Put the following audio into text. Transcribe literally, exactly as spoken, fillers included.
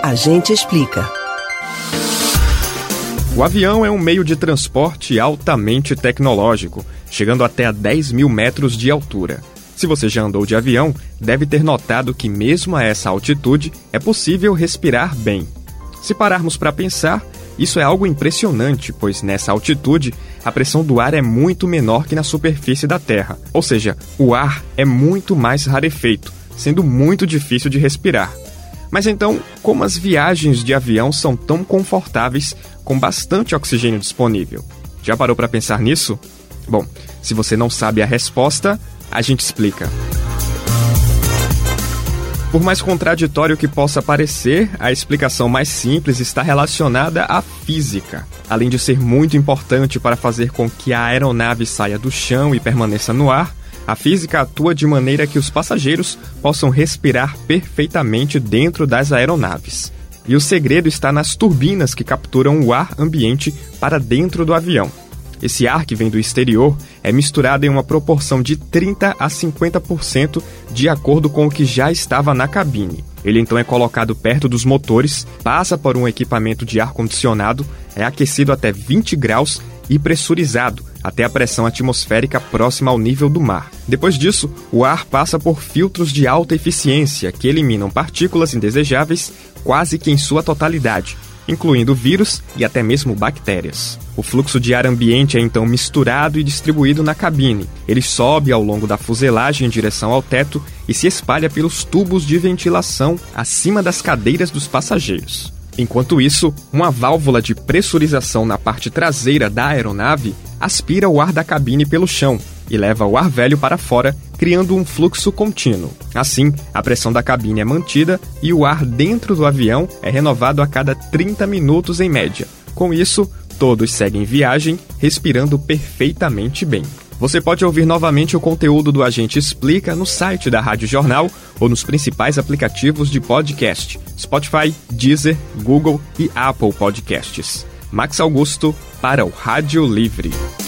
A gente explica. O avião é um meio de transporte altamente tecnológico, chegando até a dez mil metros de altura. Se você já andou de avião, deve ter notado que mesmo a essa altitude é possível respirar bem. Se pararmos para pensar, isso é algo impressionante, pois nessa altitude a pressão do ar é muito menor que na superfície da Terra. Ou seja, o ar é muito mais rarefeito, sendo muito difícil de respirar. Mas então, como as viagens de avião são tão confortáveis, com bastante oxigênio disponível? Já parou para pensar nisso? Bom, se você não sabe a resposta, a gente explica. Por mais contraditório que possa parecer, a explicação mais simples está relacionada à física. Além de ser muito importante para fazer com que a aeronave saia do chão e permaneça no ar, a física atua de maneira que os passageiros possam respirar perfeitamente dentro das aeronaves. E o segredo está nas turbinas que capturam o ar ambiente para dentro do avião. Esse ar que vem do exterior é misturado em uma proporção de trinta a cinquenta por cento de acordo com o que já estava na cabine. Ele então é colocado perto dos motores, passa por um equipamento de ar-condicionado, é aquecido até vinte graus e pressurizado até a pressão atmosférica próxima ao nível do mar. Depois disso, o ar passa por filtros de alta eficiência que eliminam partículas indesejáveis quase que em sua totalidade, incluindo vírus e até mesmo bactérias. O fluxo de ar ambiente é então misturado e distribuído na cabine. Ele sobe ao longo da fuselagem em direção ao teto e se espalha pelos tubos de ventilação acima das cadeiras dos passageiros. Enquanto isso, uma válvula de pressurização na parte traseira da aeronave aspira o ar da cabine pelo chão e leva o ar velho para fora, criando um fluxo contínuo. Assim, a pressão da cabine é mantida e o ar dentro do avião é renovado a cada trinta minutos em média. Com isso, todos seguem viagem, respirando perfeitamente bem. Você pode ouvir novamente o conteúdo do A Gente Explica no site da Rádio Jornal ou nos principais aplicativos de podcast: Spotify, Deezer, Google e Apple Podcasts. Max Augusto para o Rádio Livre.